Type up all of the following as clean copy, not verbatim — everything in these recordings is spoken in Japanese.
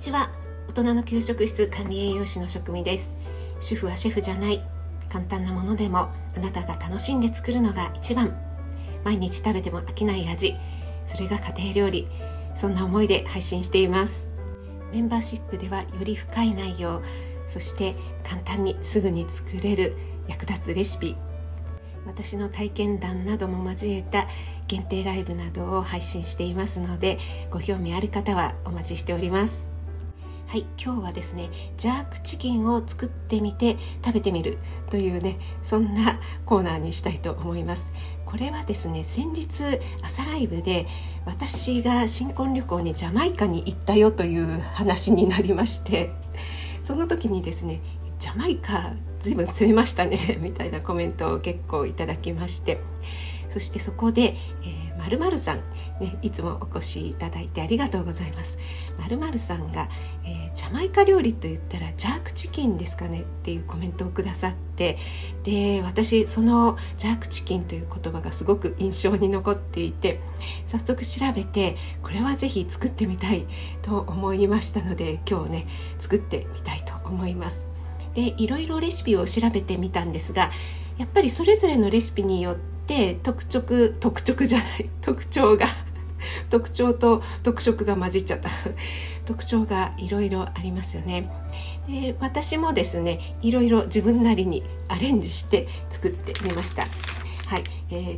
ちは。大人の給食室管理栄養士の食味です。主婦はシェフじゃない。簡単なものでもあなたが楽しんで作るのが一番。毎日食べても飽きない味、それが家庭料理。そんな思いで配信しています。メンバーシップではより深い内容、そして簡単にすぐに作れる役立つレシピ、私の体験談なども交えた限定ライブなどを配信していますので、ご興味ある方はお待ちしております。はい、今日はですね、ジャークチキンを作ってみて食べてみるというね、そんなコーナーにしたいと思います。これはですね、先日朝ライブで私が新婚旅行にジャマイカに行ったよという話になりまして、その時にですね、ジャマイカずいぶん攻めましたねみたいなコメントを結構いただきまして、そしてそこで、〇〇さん、ね、いつもお越しいただいてありがとうございます。〇〇さんが、ジャマイカ料理と言ったらジャークチキンですかねっていうコメントをくださって、で私そのジャークチキンという言葉がすごく印象に残っていて、早速調べてこれはぜひ作ってみたいと思いましたので、今日ね作ってみたいと思います。でいろいろレシピを調べてみたんですが、やっぱりそれぞれのレシピによって特徴と特色が混じっちゃった特徴がいろいろありますよね。で私もですね、いろいろ自分なりにアレンジして作ってみました。はい、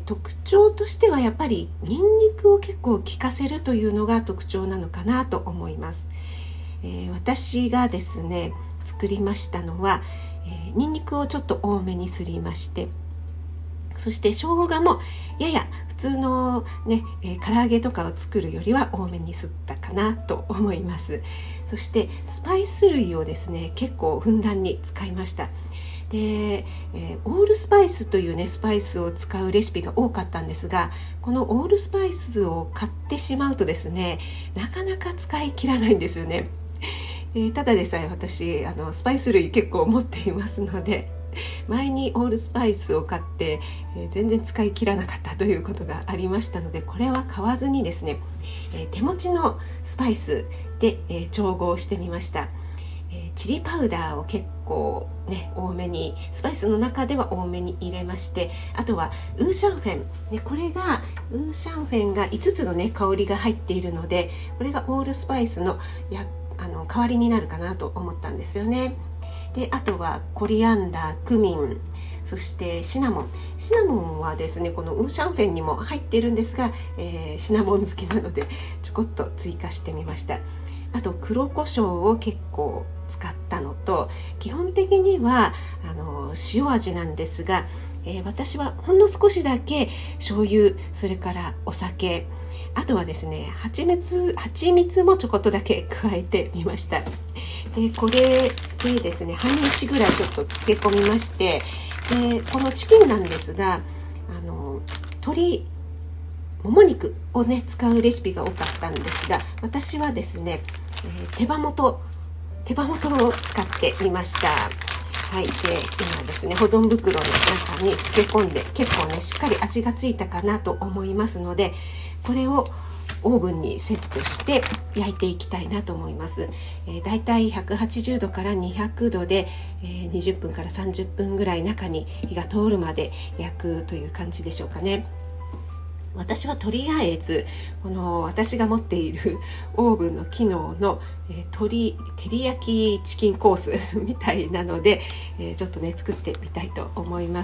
特徴としてはやっぱりニンニクを結構効かせるというのが特徴なのかなと思います。私がですね作りましたのは、ニンニクをちょっと多めにすりまして、そして生姜もやや普通のね、唐揚げとかを作るよりは多めにすったかなと思います。そしてスパイス類をですね結構ふんだんに使いました。で、オールスパイスというねスパイスを使うレシピが多かったんですが、このオールスパイスを買ってしまうとですね、なかなか使い切らないんですよね。ただでさえ私スパイス類結構持っていますので、前にオールスパイスを買って、全然使い切らなかったということがありましたので、これは買わずにですね、手持ちのスパイスで、調合してみました。チリパウダーを結構ね多めに、スパイスの中では多めに入れまして、あとはウーシャンフェン、ね、これがウーシャンフェンが5つのね香りが入っているので、これがオールスパイスの代わりになるかなと思ったんですよね。であとはコリアンダー、クミン、そしてシナモンはですねこのウーシャンフェンにも入っているんですが、シナモン好きなのでちょこっと追加してみました。あと黒胡椒を結構使ったのと、基本的には塩味なんですが、私はほんの少しだけ醤油、それからお酒、あとはですね蜂蜜もちょこっとだけ加えてみました。でこれでですね半日ぐらいちょっと漬け込みまして、でこのチキンなんですが鶏もも肉をね使うレシピが多かったんですが、私はですね、手羽元を使ってみました。はい、で今ですね保存袋の中に漬け込んで、結構ねしっかり味がついたかなと思いますので、これをオーブンにセットして焼いていきたいなと思います。だいたい180度から200度で、20分から30分ぐらい中に火が通るまで焼くという感じでしょうかね。私はとりあえずこの私が持っているオーブンの機能の、照り焼きチキンコースみたいなので、ちょっとね作ってみたいと思います。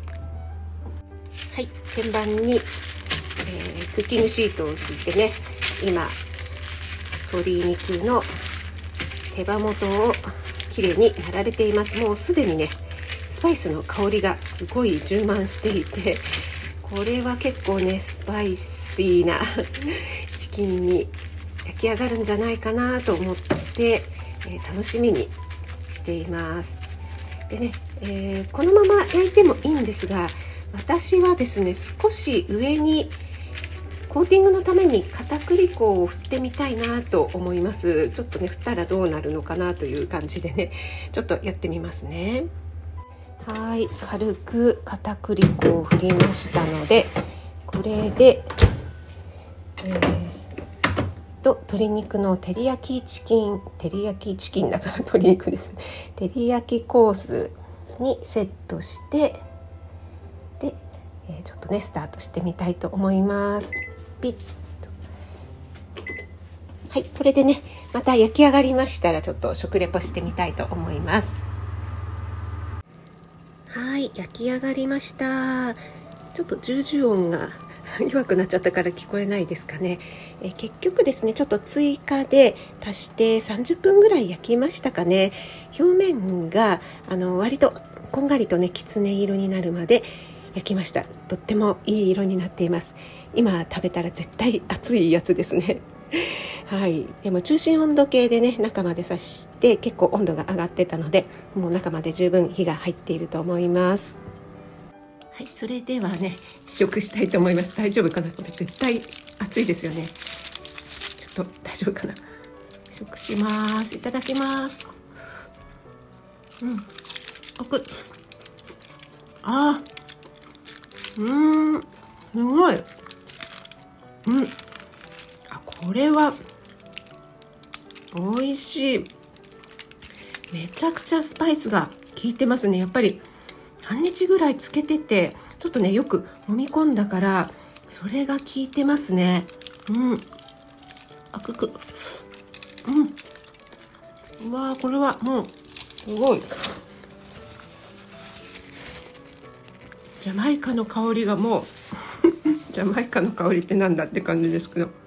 はい、天板に、クッキングシートを敷いてね、今鶏肉の手羽元をきれいに並べています。もうすでにねスパイスの香りがすごい充満していて、これは結構ねスパイシーなチキンに焼き上がるんじゃないかなと思って、楽しみにしています。でね、このまま焼いてもいいんですが、私はですね少し上にコーティングのために片栗粉を振ってみたいなと思います。ちょっとね振ったらどうなるのかなという感じでね、ちょっとやってみますね。はい、軽く片栗粉を振りましたので、これで、 と鶏肉の照り焼きチキンだから鶏肉です照り焼きコースにセットして、で、ちょっとねスタートしてみたいと思います。ピッと、はい、これでねまた焼き上がりましたらちょっと食レポしてみたいと思います。はい、焼き上がりました。ちょっと重々音が弱くなっちゃったから聞こえないですかね。結局ですねちょっと追加で足して30分ぐらい焼きましたかね。表面が割とこんがりとねきつね色になるまで焼きました。とってもいい色になっています。今食べたら絶対熱いやつですねはい、でも中心温度計でね中まで刺して結構温度が上がってたので、もう中まで十分火が入っていると思います。はい、それではね試食したいと思います。大丈夫かな、これ絶対熱いですよね。ちょっと大丈夫かな。試食します。いただきます。すごい。これは美味しい。めちゃくちゃスパイスが効いてますね。やっぱり半日ぐらいつけててちょっとねよく揉み込んだからそれが効いてますね。うわー、これはもうすごいジャマイカの香りがもうジャマイカの香りってなんだって感じですけど、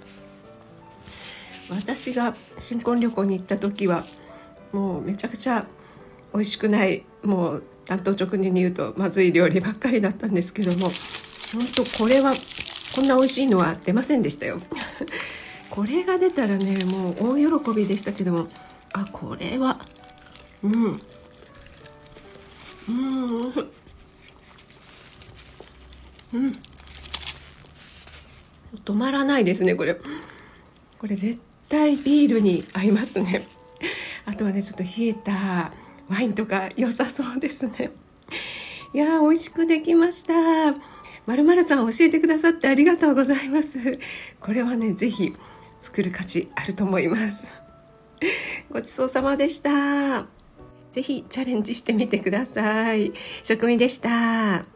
私が新婚旅行に行った時はもうめちゃくちゃ美味しくない、もう単刀直入に言うとまずい料理ばっかりだったんですけども、本当これはこんな美味しいのは出ませんでしたよこれが出たらねもう大喜びでしたけども、これは止まらないですね。これ絶対ビールに合いますね。あとはねちょっと冷えたワインとか良さそうですね。いやー美味しくできました。〇〇さん教えてくださってありがとうございます。これはねぜひ作る価値あると思います。ごちそうさまでした。ぜひチャレンジしてみてください。食味でした。